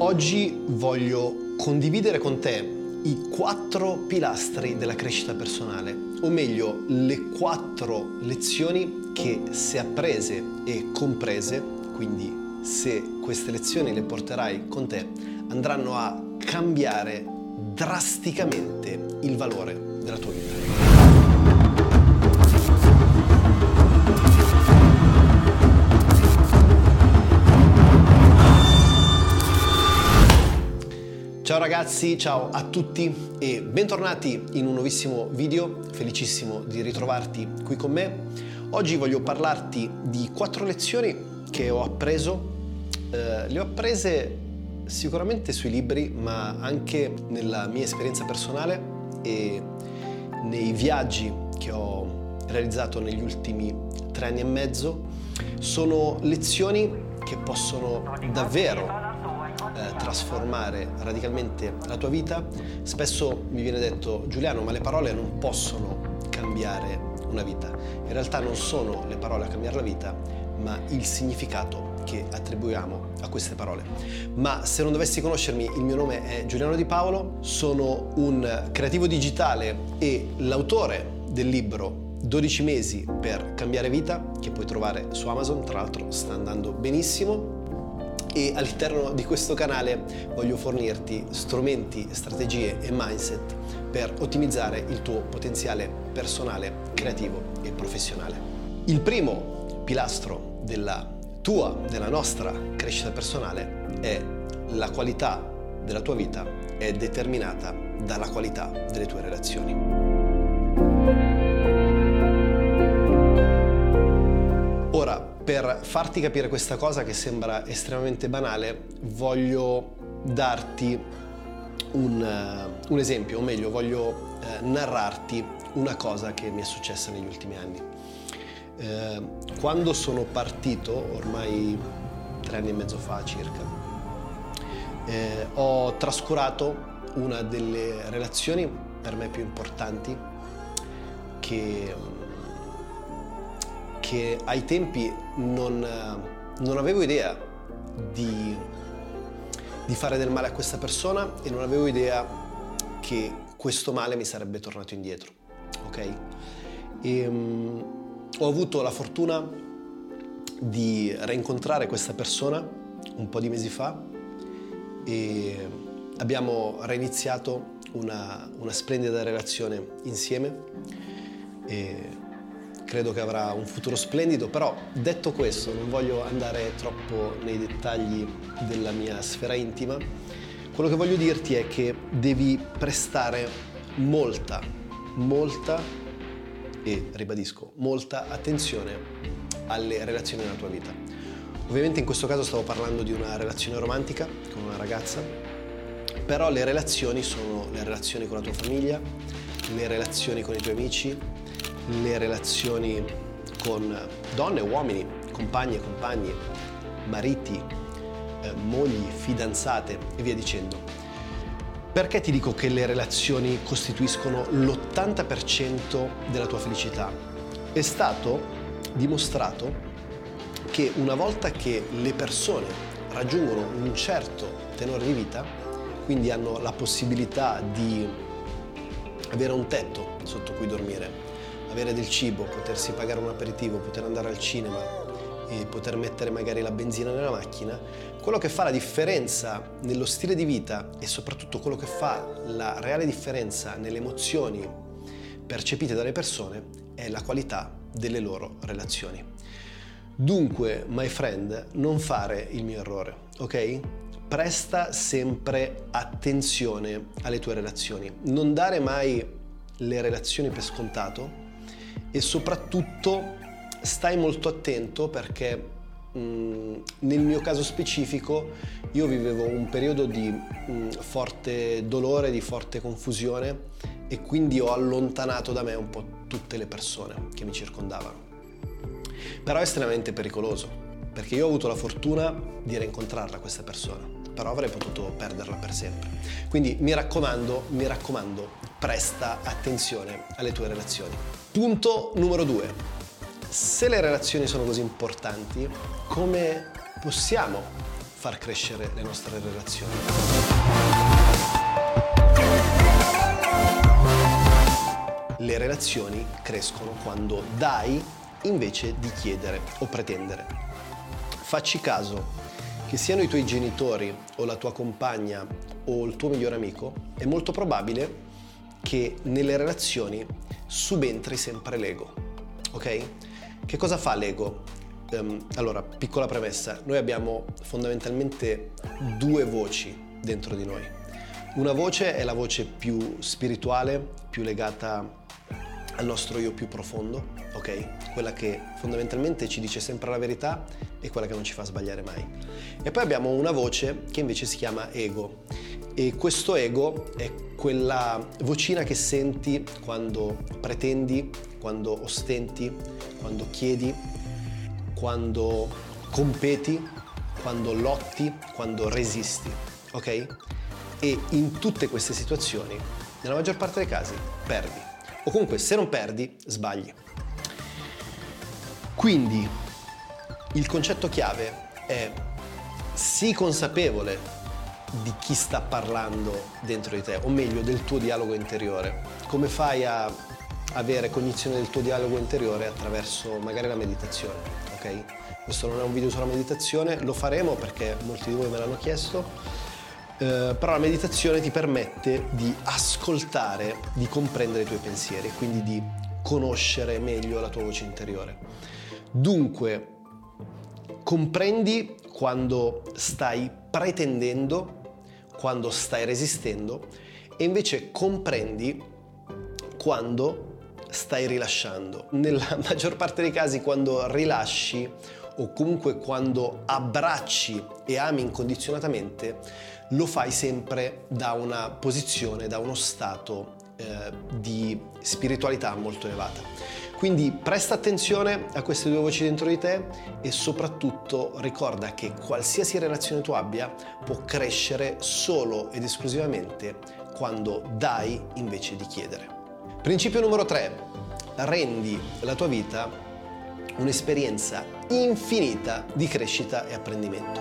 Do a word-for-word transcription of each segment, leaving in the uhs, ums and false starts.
Oggi voglio condividere con te i quattro pilastri della crescita personale, o meglio, le quattro lezioni che, se apprese e comprese, quindi se queste lezioni le porterai con te, andranno a cambiare drasticamente il valore della tua vita. Ciao ragazzi, ciao a tutti e bentornati in un nuovissimo video, felicissimo di ritrovarti qui con me. Oggi voglio parlarti di quattro lezioni che ho appreso, eh, le ho apprese sicuramente sui libri, ma anche nella mia esperienza personale e nei viaggi che ho realizzato negli ultimi tre anni e mezzo. Sono lezioni che possono davvero Eh, trasformare radicalmente la tua vita. Spesso mi viene detto: Giuliano, ma le parole non possono cambiare una vita. In realtà non sono le parole a cambiare la vita, ma il significato che attribuiamo a queste parole. Ma se non dovessi conoscermi, il mio nome è Giuliano Di Paolo, sono un creativo digitale e l'autore del libro dodici mesi per cambiare vita, che puoi trovare su Amazon, tra l'altro sta andando benissimo. E all'interno di questo canale voglio fornirti strumenti, strategie e mindset per ottimizzare il tuo potenziale personale, creativo e professionale. Il primo pilastro della tua, della nostra crescita personale è: la qualità della tua vita è determinata dalla qualità delle tue relazioni. Ora, per farti capire questa cosa che sembra estremamente banale, voglio darti un, uh, un esempio, o meglio, voglio uh, narrarti una cosa che mi è successa negli ultimi anni. Uh, quando sono partito, ormai tre anni e mezzo fa circa, uh, ho trascurato una delle relazioni per me più importanti che... che ai tempi non, non avevo idea di, di fare del male a questa persona e non avevo idea che questo male mi sarebbe tornato indietro, ok? E, um, ho avuto la fortuna di rincontrare questa persona un po' di mesi fa e abbiamo reiniziato una, una splendida relazione insieme e credo che avrà un futuro splendido. Però, detto questo, non voglio andare troppo nei dettagli della mia sfera intima. Quello che voglio dirti è che devi prestare molta, molta e ribadisco, molta attenzione alle relazioni nella tua vita. Ovviamente in questo caso stavo parlando di una relazione romantica con una ragazza, però le relazioni sono le relazioni con la tua famiglia, le relazioni con i tuoi amici, le relazioni con donne e uomini, compagni e compagne, mariti, eh, mogli, fidanzate e via dicendo. Perché ti dico che le relazioni costituiscono l'ottanta per cento della tua felicità? È stato dimostrato che una volta che le persone raggiungono un certo tenore di vita, quindi hanno la possibilità di avere un tetto sotto cui dormire, avere del cibo, potersi pagare un aperitivo, poter andare al cinema e poter mettere magari la benzina nella macchina, quello che fa la differenza nello stile di vita e soprattutto quello che fa la reale differenza nelle emozioni percepite dalle persone è la qualità delle loro relazioni. Dunque, my friend, non fare il mio errore, ok? Presta sempre attenzione alle tue relazioni, non dare mai le relazioni per scontato. E soprattutto stai molto attento perché mh, nel mio caso specifico io vivevo un periodo di mh, forte dolore, di forte confusione e quindi ho allontanato da me un po' tutte le persone che mi circondavano. Però è estremamente pericoloso perché io ho avuto la fortuna di rincontrarla questa persona, però avrei potuto perderla per sempre. Quindi mi raccomando, mi raccomando, presta attenzione alle tue relazioni. Punto numero due. Se le relazioni sono così importanti, come possiamo far crescere le nostre relazioni. Le relazioni crescono quando dai invece di chiedere o pretendere. Facci caso che siano i tuoi genitori o la tua compagna o il tuo migliore amico, è molto probabile che nelle relazioni subentri sempre l'ego, ok? Che cosa fa l'ego? Um, allora, piccola premessa, noi abbiamo fondamentalmente due voci dentro di noi. Una voce è la voce più spirituale, più legata al nostro io più profondo, ok? Quella che fondamentalmente ci dice sempre la verità e quella che non ci fa sbagliare mai. E poi abbiamo una voce che invece si chiama ego, e questo ego è quella vocina che senti quando pretendi, quando ostenti, quando chiedi, quando competi, quando lotti, quando resisti, ok? E in tutte queste situazioni, nella maggior parte dei casi, perdi. O comunque, se non perdi, sbagli. Quindi, il concetto chiave è: sii consapevole di chi sta parlando dentro di te, o meglio, del tuo dialogo interiore. Come fai a avere cognizione del tuo dialogo interiore? Attraverso magari la meditazione, ok? Questo non è un video sulla meditazione, lo faremo perché molti di voi me l'hanno chiesto. Uh, però la meditazione ti permette di ascoltare, di comprendere i tuoi pensieri, quindi di conoscere meglio la tua voce interiore. Dunque, comprendi quando stai pretendendo, quando stai resistendo, e invece comprendi quando stai rilasciando. Nella maggior parte dei casi, quando rilasci o comunque quando abbracci e ami incondizionatamente, lo fai sempre da una posizione, da uno stato eh, di spiritualità molto elevata. Quindi presta attenzione a queste due voci dentro di te e soprattutto ricorda che qualsiasi relazione tu abbia può crescere solo ed esclusivamente quando dai invece di chiedere. Principio numero tre: rendi la tua vita un'esperienza infinita di crescita e apprendimento.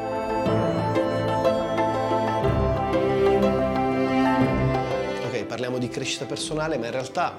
Ok, parliamo di crescita personale, ma in realtà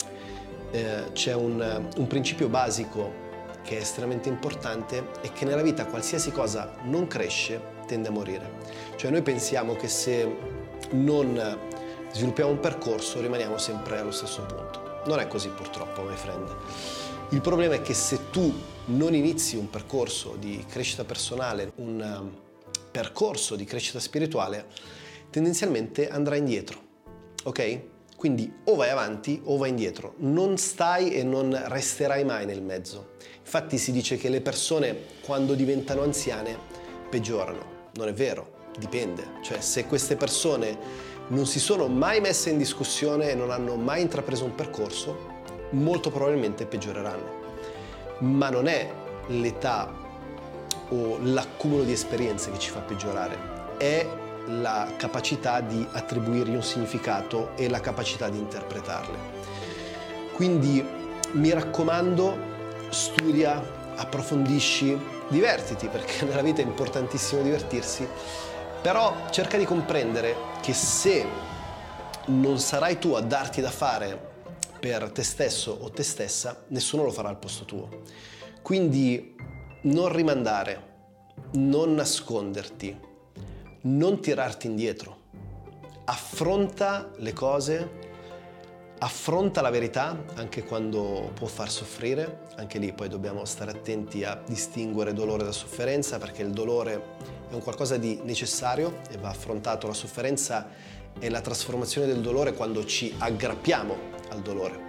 eh, c'è un, un principio basico che è estremamente importante, e che nella vita qualsiasi cosa non cresce tende a morire. Cioè noi pensiamo che se non sviluppiamo un percorso rimaniamo sempre allo stesso punto. Non è così, purtroppo, my friend. Il problema è che se tu non inizi un percorso di crescita personale, un percorso di crescita spirituale, tendenzialmente andrai indietro, ok? Quindi o vai avanti o vai indietro, non stai e non resterai mai nel mezzo. Infatti si dice che le persone quando diventano anziane peggiorano. Non è vero, dipende. Cioè se queste persone non si sono mai messe in discussione e non hanno mai intrapreso un percorso, molto probabilmente peggioreranno. Ma non è l'età o l'accumulo di esperienze che ci fa peggiorare, è la capacità di attribuirgli un significato e la capacità di interpretarle. Quindi mi raccomando, studia, approfondisci, divertiti, perché nella vita è importantissimo divertirsi, però cerca di comprendere che se non sarai tu a darti da fare per te stesso o te stessa, nessuno lo farà al posto tuo. Quindi non rimandare, non nasconderti, non tirarti indietro. Affronta le cose, affronta la verità anche quando può far soffrire. Anche lì poi dobbiamo stare attenti a distinguere dolore da sofferenza, perché il dolore è un qualcosa di necessario e va affrontato. La sofferenza è la trasformazione del dolore quando ci aggrappiamo al dolore.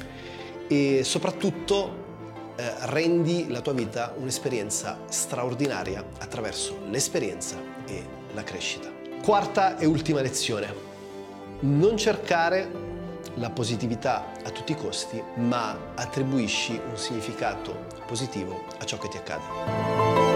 E soprattutto eh, rendi la tua vita un'esperienza straordinaria attraverso l'esperienza e la crescita. Quarta e ultima lezione: non cercare la positività a tutti i costi, ma attribuisci un significato positivo a ciò che ti accade.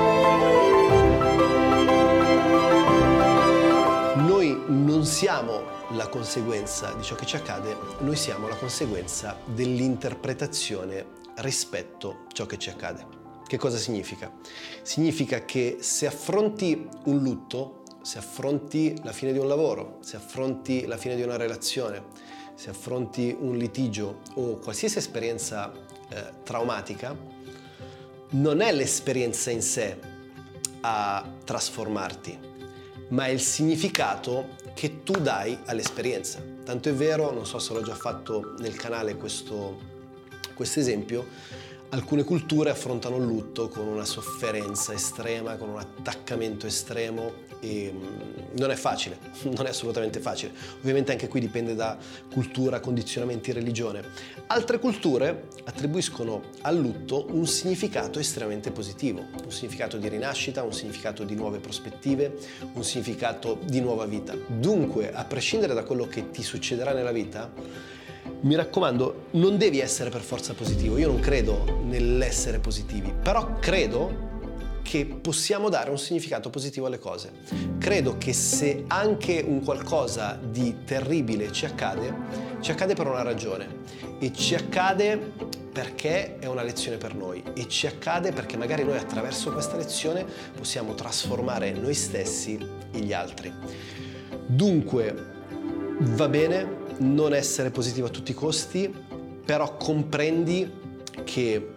Noi non siamo la conseguenza di ciò che ci accade, noi siamo la conseguenza dell'interpretazione rispetto a ciò che ci accade. Che cosa significa? Significa che se affronti un lutto, se affronti la fine di un lavoro, se affronti la fine di una relazione, se affronti un litigio o qualsiasi esperienza eh, traumatica, non è l'esperienza in sé a trasformarti, ma è il significato che tu dai all'esperienza. Tanto è vero, non so se l'ho già fatto nel canale questo, questo esempio, alcune culture affrontano il lutto con una sofferenza estrema, con un attaccamento estremo e non è facile, non è assolutamente facile. Ovviamente anche qui dipende da cultura, condizionamenti, religione. Altre culture attribuiscono al lutto un significato estremamente positivo, un significato di rinascita, un significato di nuove prospettive, un significato di nuova vita. Dunque, a prescindere da quello che ti succederà nella vita, mi raccomando, non devi essere per forza positivo. Io non credo nell'essere positivi, però credo che possiamo dare un significato positivo alle cose. Credo che se anche un qualcosa di terribile ci accade, ci accade per una ragione e ci accade perché è una lezione per noi e ci accade perché magari noi attraverso questa lezione possiamo trasformare noi stessi e gli altri. Dunque, va bene non essere positivo a tutti i costi, però comprendi che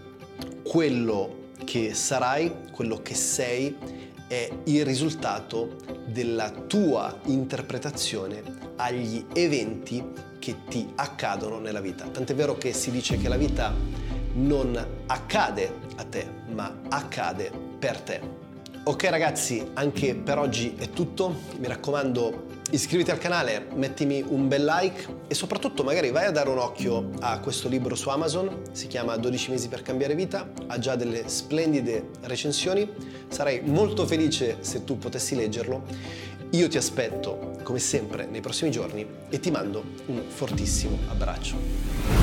quello che sarai, quello che sei, è il risultato della tua interpretazione agli eventi che ti accadono nella vita. Tant'è vero che si dice che la vita non accade a te, ma accade per te. Ok ragazzi, anche per oggi è tutto. Mi raccomando, iscriviti al canale, mettimi un bel like e soprattutto magari vai a dare un occhio a questo libro su Amazon, si chiama dodici mesi per cambiare vita, ha già delle splendide recensioni, sarei molto felice se tu potessi leggerlo. Io ti aspetto come sempre nei prossimi giorni e ti mando un fortissimo abbraccio.